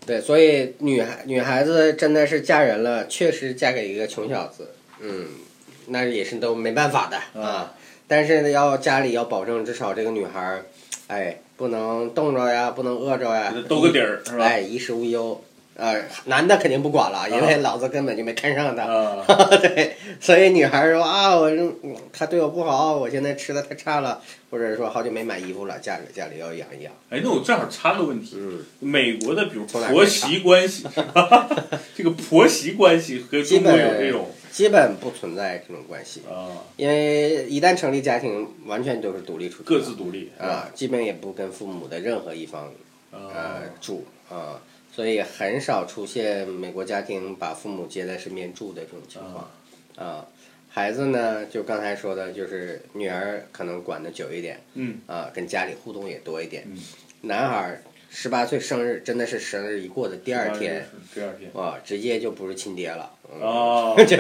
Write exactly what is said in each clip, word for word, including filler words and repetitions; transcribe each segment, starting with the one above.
对，所以女孩女孩子真的是嫁人了，确实嫁给一个穷小子，嗯，那也是都没办法的啊。但是呢，要家里要保证至少这个女孩，哎，不能冻着呀，不能饿着呀， 兜个底儿是吧？ 哎，衣食无忧。呃，男的肯定不管了，因为老子根本就没看上他。 啊、 对，所以女孩说啊，我他对我不好，我现在吃的太差了，或者说好久没买衣服了，家里家里要养一养。 哎，那我正好插个问题， 嗯， 美国的比如婆媳关系，这个婆媳关系和中国有这种基本不存在这种关系啊， 因为一旦成立家庭，完全都是独立出去， 各自独立啊，基本也不跟父母的任何一方呃住啊。所以很少出现美国家庭把父母接在身边住的这种情况，啊，孩子呢，就刚才说的，就是女儿可能管得久一点， 嗯， 啊，跟家里互动也多一点， 嗯， 男孩十八岁生日真的是生日一过的第二天， 第二天， 哇，直接就不是亲爹了， 哦， 就是，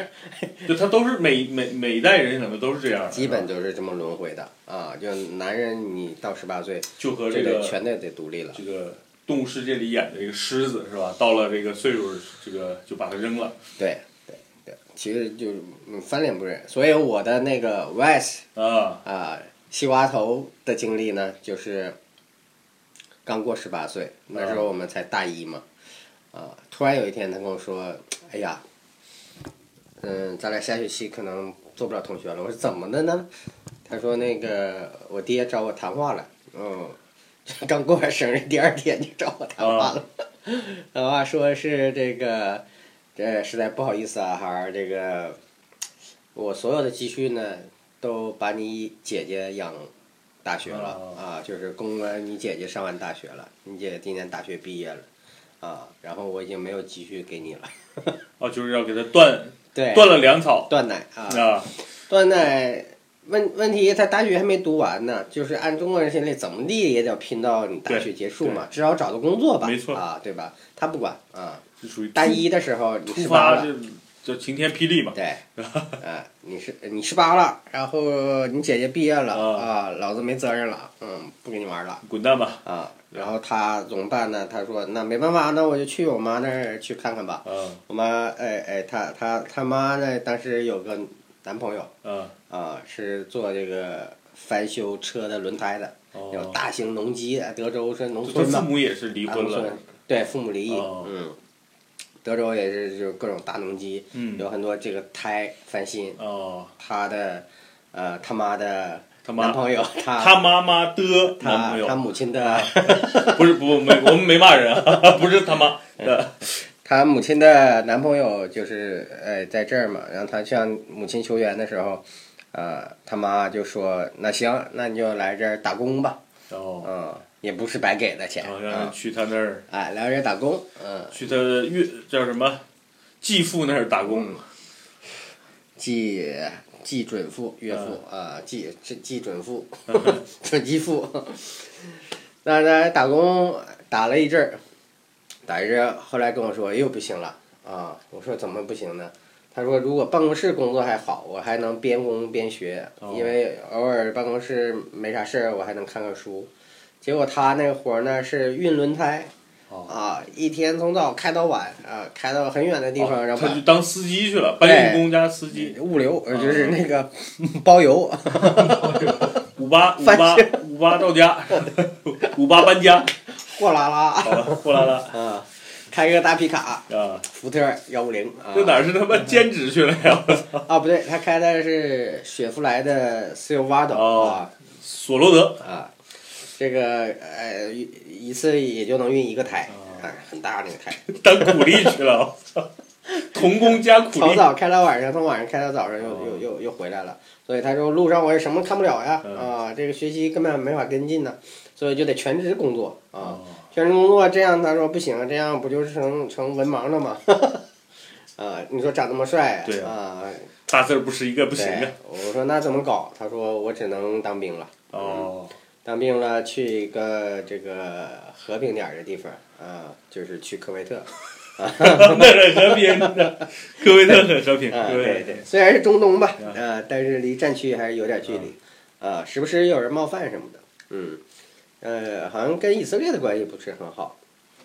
就他都是每每每一代人可能都是这样， 基本都是这么轮回的啊，就男人你到十八岁就和这个全得得独立了， 这个。动物世界里演的这个狮子是吧？到了这个岁数，这个就把它扔了。 对对对，其实就嗯翻脸不认。所以我的那个 Wes 啊啊西瓜头的经历呢，就是刚过十八岁，那时候我们才大一嘛，啊，突然有一天他跟我说：“哎呀，嗯，咱俩下学期可能做不了同学了。”我说：“怎么的呢？”他说：“那个我爹找我谈话了。”嗯。刚过完生日第二天就找我谈话了，谈话说是这个，这实在不好意思啊，孩儿，这个我所有的积蓄呢，都把你姐姐养大学了啊，就是供了你姐姐上完大学了，你姐姐今年大学毕业了，啊，然后我已经没有积蓄给你了。 哦，就是要给他断， 对， 断了粮草， 断奶啊， 啊， 断奶。问问题，他大学还没读完呢，就是按中国人心里怎么地也得拼到你大学结束嘛，至少找到工作吧， 没错啊，对吧？他不管啊， 是属于大一的时候你十八了， 就晴天霹雳嘛， 对，啊，你是你十八了，然后你姐姐毕业了啊，老子没责任了，嗯，不跟你玩了， 滚蛋吧， 啊，然后他怎么办呢？他说那没办法，那我就去我妈那儿去看看吧， 嗯， 我妈哎哎，他他他妈呢，当时有个男朋友， 嗯。 啊，是做这个翻修车的轮胎的，有大型农机，德州是农村嘛。 父母也是离婚了。 对，父母离异， 哦、 嗯。德州也是就各种大农机， 嗯、 有很多这个胎翻新。 哦。 他的，呃，他妈的他妈男朋友，他他妈妈的男朋友， 他母亲的， 不是不没我们没骂人啊，不是他妈的。 他母亲的男朋友就是呃在这儿嘛，然后他向母亲求援的时候。呃，他妈就说：“那行，那你就来这儿打工吧。” 哦， 嗯，也不是白给的钱。 哦，让去他那儿。 哎，来这儿打工，嗯。 去他岳叫什么？继父那儿打工。 继继准父、岳父啊，继继准父、准继父。那那打工打了一阵儿，打一阵儿，后来跟我说又不行了啊！我说怎么不行呢？他说：“如果办公室工作还好，我还能边工边学， 哦、 因为偶尔办公室没啥事儿，我还能看看书。结果他那个活儿呢是运轮胎， 哦、 啊，一天从早开到晚啊，开到很远的地方， 哦、 然后他就当司机去了，搬运工加司机， 物流就是那个包邮， 五八五八五八到家，五八搬家， 货拉拉， 好了，货拉拉啊。”开个大皮卡啊， 福特幺五零啊， 这哪是他妈兼职去了呀？ 啊，不对，他开的是雪佛兰的 Silverado 啊， 索罗德啊，这个呃一次也就能运一个胎，啊，很大那个胎。 当苦力去了，我操！童工加苦力。 从早开到晚上，从晚上开到早上，又又又又回来了。所以他说路上我也什么看不了呀，啊，这个学习根本没法跟进呢，所以就得全职工作啊。全职工作这样，他说不行，这样不就是成成文盲了吗？啊，你说长那么帅， 对啊， 大字不识一个不行啊。 我说那怎么搞？他说我只能当兵了。 哦。 嗯、当兵了，去一个这个和平点的地方啊，就是去科威特。 那很和平的，科威特很和平。 啊，对对，虽然是中东吧，啊，但是离战区还是有点距离，啊，时不时有人冒犯什么的，嗯。呃，好像跟以色列的关系不是很好，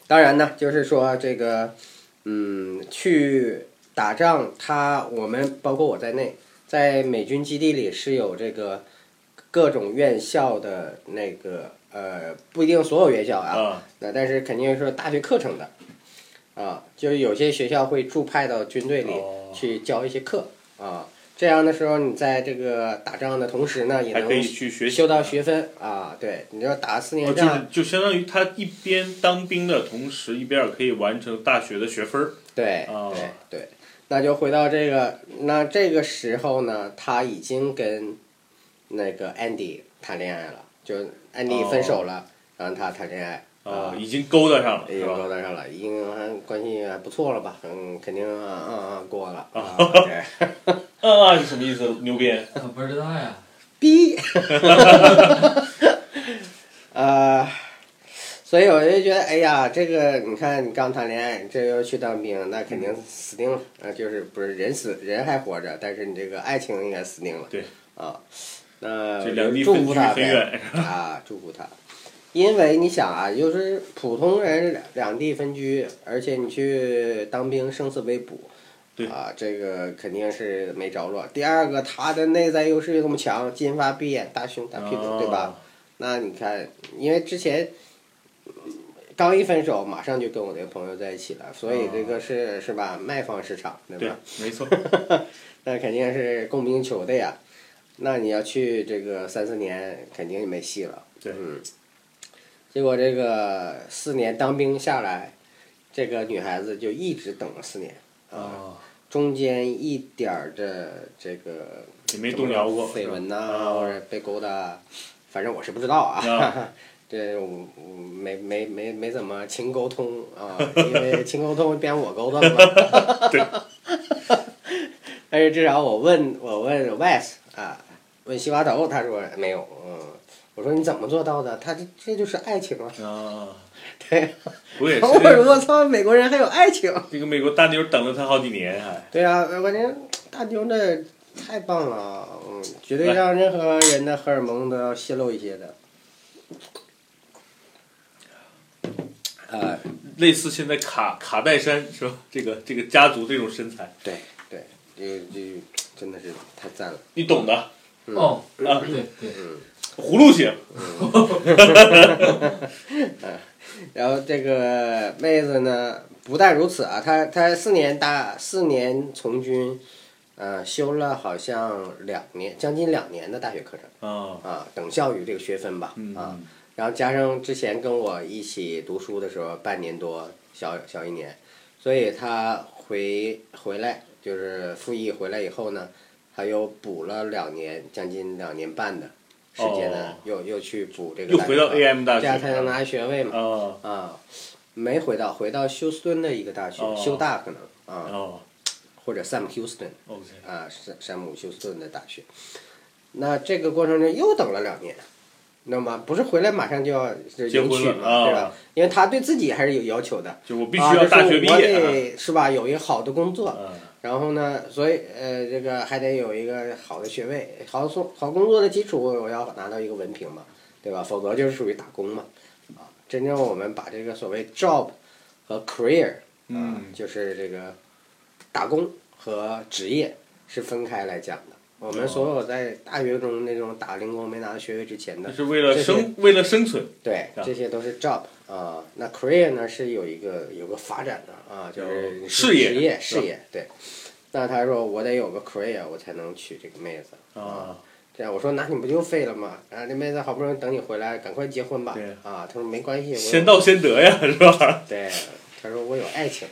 当然呢，就是说这个，嗯，去打仗，他我们包括我在内，在美军基地里是有这个各种院校的那个呃，不一定所有院校啊，那、 啊、 但是肯定是大学课程的，啊，就是有些学校会驻派到军队里去教一些课、哦、啊。这样的时候，你在这个打仗的同时呢，也能修到学分啊。对，你要打四年仗、 哦，就是就相当于他一边当兵的同时，一边也可以完成大学的学分。 对、 哦、 对对，那就回到这个，那这个时候呢，他已经跟那个 Andy 谈恋爱了，就 Andy 分手了，哦、然后他谈恋爱。 啊、呃，已经勾搭上了， 已经勾搭上了，已经还关系还不错了吧？嗯，肯定啊啊啊过了。啊，对。 嗯啊是什么意思？牛鞭？ 不知道呀。 逼。呃，所以我就觉得，哎呀，这个你看，你刚谈恋爱，这又去当兵，那肯定死定了。啊，就是不是人死人还活着，但是你这个爱情应该死定了。 对。 啊，那就祝福他呗。啊，祝福他。因为你想啊，就是普通人两地分居，而且你去当兵生死未卜， 对啊，这个肯定是没着落。第二个，他的内在优势又那么强，金发碧眼、大胸大屁股， 哦、 对吧？那你看，因为之前刚一分手，马上就跟我那个朋友在一起了，所以这个是、哦、是吧？卖方市场，对吧？ 对，没错。 那肯定是供不应求的呀。那你要去这个三四年，肯定没戏了。 对， 嗯。结果这个四年当兵下来，这个女孩子就一直等了四年啊， 哦、 中间一点儿的这个也没动摇过绯闻呐、 啊， 或者被勾搭，反正我是不知道啊。 啊这我没没没没怎么勤沟通啊，因为勤沟通变我勾搭了嘛。 对。 但是至少我问我问 Wes 啊，问西瓜头，他说没有，嗯。我说你怎么做到的？他这这就是爱情啊！ 啊， 对， 我也是。 我说我操，美国人还有爱情！ 这个美国大妞等了他好几年还。 对啊，关键大妞这太棒了，嗯，绝对让任何人的荷尔蒙都要泄露一些的。呃， 类似现在卡卡戴珊是吧？这个这个家族这种身材。 对对，这个这个真的是太赞了。 你懂的。 嗯、 哦， 啊， 对对。 嗯。 葫芦型。 嗯，然后这个妹子呢，不但如此啊，她她四年大四年从军，呃，修了好像两年，将近两年的大学课程。 啊。 啊，等效于这个学分吧。 嗯、 啊，然后加上之前跟我一起读书的时候，半年多小小一年，所以她回回来就是复役回来以后呢，她又补了两年，将近两年半的。时间呢， 哦、 又又去补这个， 又回到 A M 大学， 这样才能拿学位嘛。 哦、 啊，没回到，回到休斯顿的一个大学， 哦、 休大可能啊， 哦、 或者 Sam Houston， okay. 啊，山山姆休斯顿的大学。那这个过程中又等了两年，你知道吗？不是回来马上就要迎娶嘛， 啊、 对吧？因为他对自己还是有要求的， 就我必须要大学毕业， 啊、我得是吧？有一个好的工作。 嗯然后呢，所以呃，这个还得有一个好的学位，好工好工作的基础，我要拿到一个文凭嘛，对吧？否则就是属于打工嘛，啊，真正我们把这个所谓 job 和 career 啊， 嗯、 就是这个打工和职业是分开来讲的。我们所有在大学中那种打零工没拿到学位之前的， 是为了生为了生存， 对，这些都是 job 啊。那 career 呢是有一个有个发展的啊，就是事业职业事业对。那他说我得有个 career 我才能娶这个妹子啊。这样我说那你不就废了吗？啊，这妹子好不容易等你回来，赶快结婚吧。 对啊，他说没关系， 先到先得呀，是吧？ 对，他说我有爱情。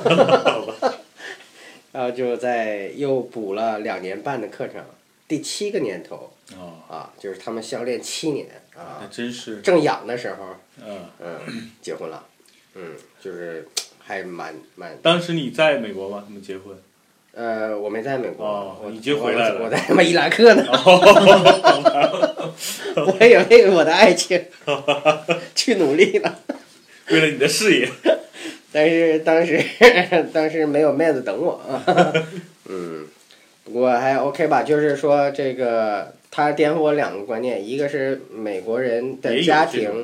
然后就在又补了两年半的课程，第七个年头， 哦、 啊，就是他们相恋七年啊， 那真是正痒的时候， 嗯嗯，结婚了，嗯，就是还蛮蛮。 当时你在美国吗？他们结婚？ 呃，我没在美国， 哦、 我已经回来了， 我, 我在他妈伊拉克呢。哦、我也为我的爱情去努力了， 为了你的事业。 但是当时当时没有妹子等我啊，嗯，不过还 OK 吧，就是说这个他颠覆我两个观念，一个是美国人的家庭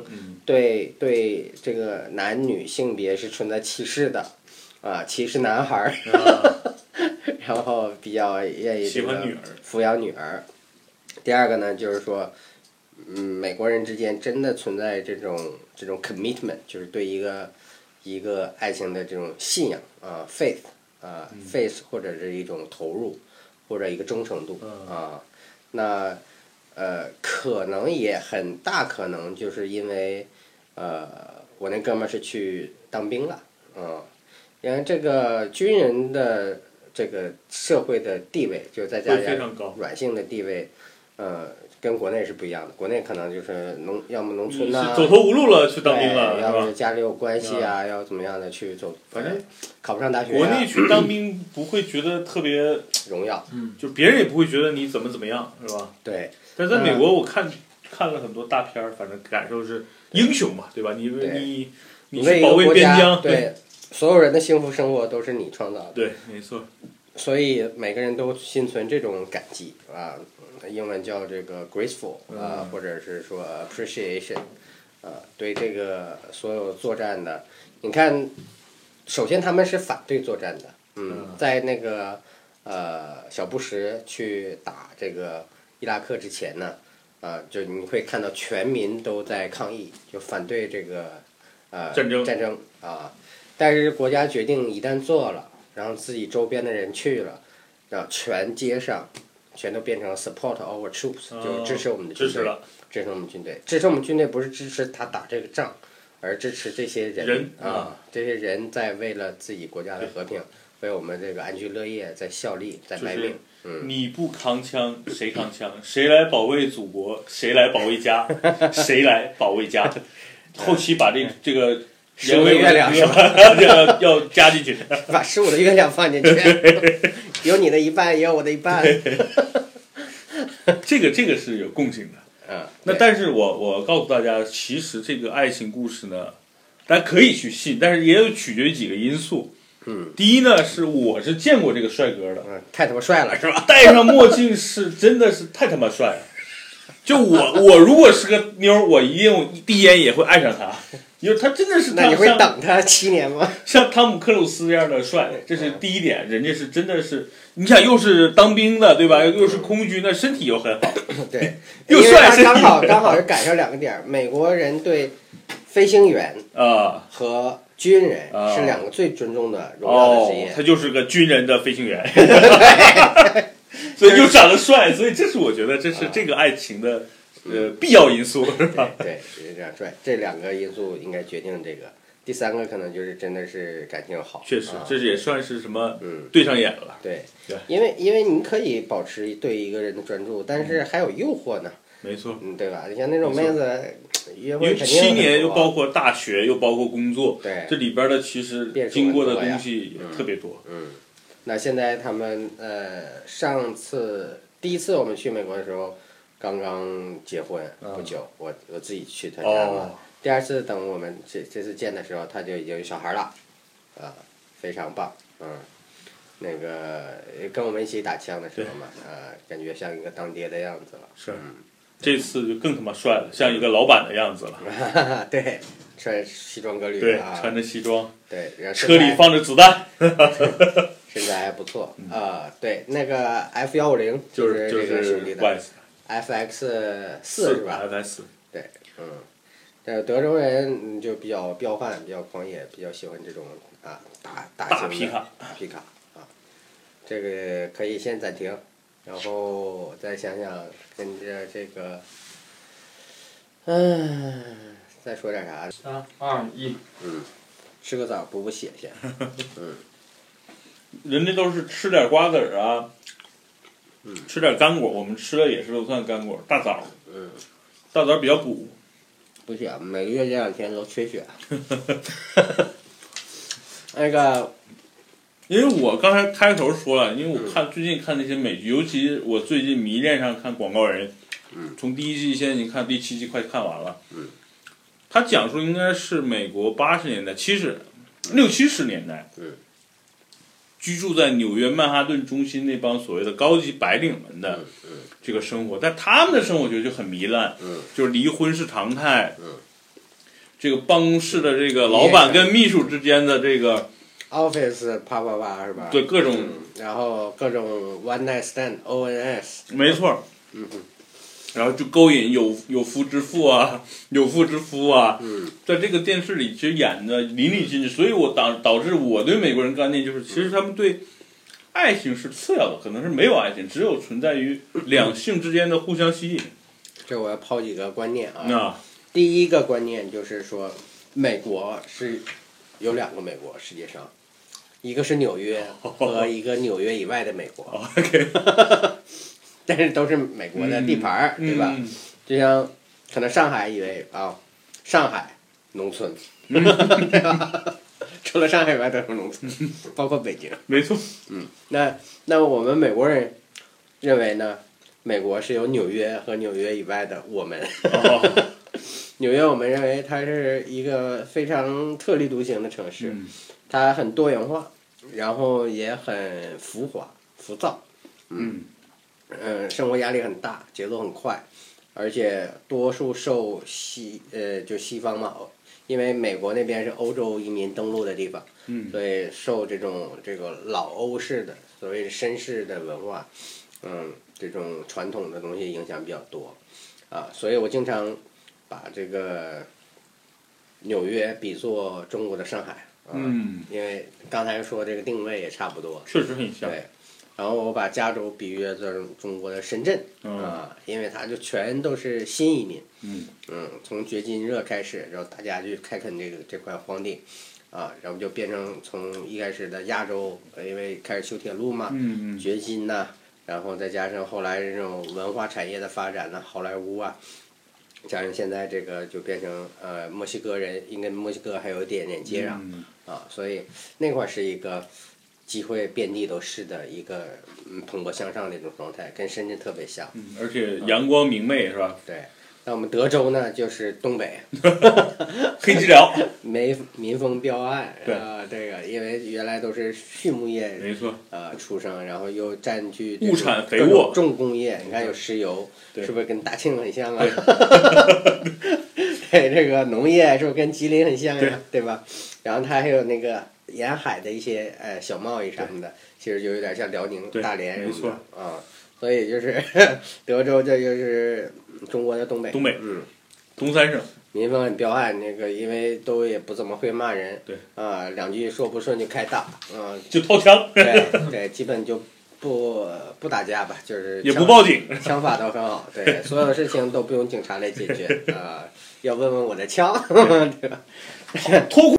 对对这个男女性别是存在歧视的，啊，歧视男孩儿， 啊、 然后比较愿意喜欢女儿抚养女儿。第二个呢，就是说，嗯，美国人之间真的存在这种这种 commitment， 就是对一个一个爱情的这种信仰啊 ，faith 啊、嗯、，faith 或者是一种投入，或者一个忠诚度、 嗯、 啊。那呃，可能也很大可能就是因为呃，我那哥们儿是去当兵了，嗯，因为这个军人的这个社会的地位，就是在家家软性的地位。呃，跟国内是不一样的。国内可能就是农，要么农村呐、啊， 走投无路了去当兵了， 要么家里有关系啊，要怎么样的去走， 反正考不上大学、啊。 国内去当兵不会觉得特别荣耀， 嗯，就别人也不会觉得你怎么怎么样，是吧？ 对。 但是在美国，我看、嗯、看了很多大片儿，反正感受是英雄嘛，对吧？你你你去保卫边疆， 对，对所有人的幸福生活都是你创造的， 对，没错。 所以每个人都心存这种感激啊。英文叫这个 graceful 啊、呃，或者是说 appreciation， 啊，对这个所有作战的，你看，首先他们是反对作战的，嗯，在那个呃小布什去打这个伊拉克之前呢，啊、呃，就你会看到全民都在抗议，就反对这个呃战争战争啊，但是国家决定一旦做了，然后自己周边的人去了，然后全街上。全都变成了 support our troops，、哦、就是支持我们的军队， 支持了， 支持我们军队，支持我们军队不是支持他打这个仗，而支持这些人， 人啊、呃，这些人在为了自己国家的和平，为我们这个安居乐业在效力，在卖命。 就是、 嗯， 你不扛枪，谁扛枪？谁来保卫祖国？谁来保卫家？谁来保卫家？后期把这这个。 十五的月亮是吧？ 要要加进去， 把十五的月亮放进去，有你的一半，也有我的一半。 这个这个是有共性的。 嗯。 那但是我我告诉大家，其实这个爱情故事呢，大家可以去信，但是也有取决于几个因素。 嗯。 第一呢，是我是见过这个帅哥的， 嗯，太他妈帅了，是吧？ 戴上墨镜是真的是太他妈帅了。就我我如果是个妞，我一定第一眼也会爱上他。因为他真的是， 那你会等他七年吗？ 像汤姆克鲁斯这样的帅，这是第一点，人家是真的是，你想又是当兵的，对吧？又是空军的，身体又很好， 对， 又帅， 刚好刚好是赶上两个点。美国人对飞行员啊和军人是两个最尊重的荣耀的职业。 哦，他就是个军人的飞行员，所以又长得帅，所以这是我觉得这是这个爱情的。呃，必要因素是吧？ 对，是这样帅。这两个因素应该决定这个。第三个可能就是真的是感情好。 确实， 啊、 这也算是什么？ 嗯， 对上眼了。 对， 对， 因为因为你可以保持对一个人的专注，但是还有诱惑呢。 没错。 嗯，对吧？你像那种妹子约会， 因为七年又包括大学，又包括工作， 对， 这里边的其实经过的东西也特别多。 嗯，嗯那现在他们呃，上次第一次我们去美国的时候。刚刚结婚不久，嗯、我我自己去他家嘛。 哦、 第二次等我们这这次见的时候，他就已经有小孩了，啊、呃，非常棒，嗯，那个跟我们一起打枪的时候嘛，呃，感觉像一个当爹的样子了。 是， 嗯、 这次就更他妈帅了，像一个老板的样子了。 对，穿西装革履对， 啊， 穿着西装， 对， 车里放着子弹。 身材还不错啊、呃，对，那个 F 幺五零就是这个兄弟的。F X 四是吧 ？F X 四。 对，嗯，这德州人就比较彪悍，比较狂野，比较喜欢这种啊大大大皮卡， 大皮卡啊。这个可以先暂停，然后再想想跟着这个，嗯，再说点啥？ 三二一， 嗯，吃个枣补补血去，嗯。 人家都是吃点瓜子儿啊。 嗯、 吃点干果，我们吃的也是都算干果，大枣。 嗯， 大枣比较补。 不行，每个月这两天都缺血。那个， 因为我刚才开头说了，因为我看、嗯、最近看那些美剧，尤其我最近迷恋上看《广告人》， 嗯， 从第一季现在已经看第七季，快看完了。 嗯， 他讲述应该是美国八十年代、七十、六七十年代。 嗯。 居住在纽约曼哈顿中心那帮所谓的高级白领们的这个生活，但他们的生活我觉得就很糜烂，就是离婚是常态， 这个办公室的这个老板跟秘书之间的这个 office 啪啪啪是吧？ 对各种、 嗯，然后各种 one night stand O N S， 没错， 嗯哼， 然后就勾引有有夫之妇啊，有妇之夫啊， 嗯， 在这个电视里其实演的淋漓尽致，所以我导导致我对美国人观念就是，其实他们对爱情是次要的，可能是没有爱情，只有存在于两性之间的互相吸引。 这我要抛几个观念啊。 啊， 第一个观念就是说，美国是有两个美国，世界上，一个是纽约和一个纽约以外的美国。 OK， 但是都是美国的地盘儿、 嗯、 对吧、 嗯？ 就像可能上海以为啊，上海农村，对吧？除了上海以外都是农村，包括北京。 没错。 嗯，那那我们美国人认为呢，美国是有纽约和纽约以外的我们。 哦、 纽约我们认为它是一个非常特立独行的城市， 嗯、 它很多元化，然后也很浮华、浮躁。嗯。嗯，生活压力很大，节奏很快，而且多数受西呃就西方嘛，因为美国那边是欧洲移民登陆的地方， 嗯， 所以受这种这个老欧式的所谓绅士的文化，嗯，这种传统的东西影响比较多，啊，所以我经常把这个纽约比作中国的上海，啊、 嗯， 因为刚才说这个定位也差不多， 确实很像。 对。然后我把加州比喻成中国的深圳， 嗯、 啊，因为它就全都是新移民， 嗯嗯，从掘金热开始，然后大家就开垦这个这块荒地，啊，然后就变成从一开始的亚洲，因为开始修铁路嘛， 嗯嗯， 掘金呐，然后再加上后来这种文化产业的发展呢，好莱坞啊，加上现在这个就变成呃墨西哥人，应该墨西哥还有一点点接壤， 嗯、 啊，所以那块是一个。机会遍地都是的一个嗯蓬勃向上的一种状态，跟深圳特别像。 嗯，而且阳光明媚、嗯、是吧？ 对，那我们德州呢，就是东北， 黑吉辽， 民民风彪悍。 对啊、呃，这个因为原来都是畜牧业， 没错。 呃，出生，然后又占据物产肥沃， 重工业，你看有石油，是不是跟大庆很像啊？对，这个农业是不是跟吉林很像呀、啊？对吧？然后它还有那个。沿海的一些呃小贸易什么的，其实就有点像辽宁、大连什么的啊，所以就是德州，这就是中国的东北。 东北， 嗯， 东三省， 民风很彪悍，那个因为都也不怎么会骂人， 对啊，两句说不顺就开打，啊， 就掏枪， 对对，基本就不不打架吧，就是也不报警， 枪法都很好，对，所有事情都不用警察来解决啊，要问问我的枪，对吧？ 脱裤。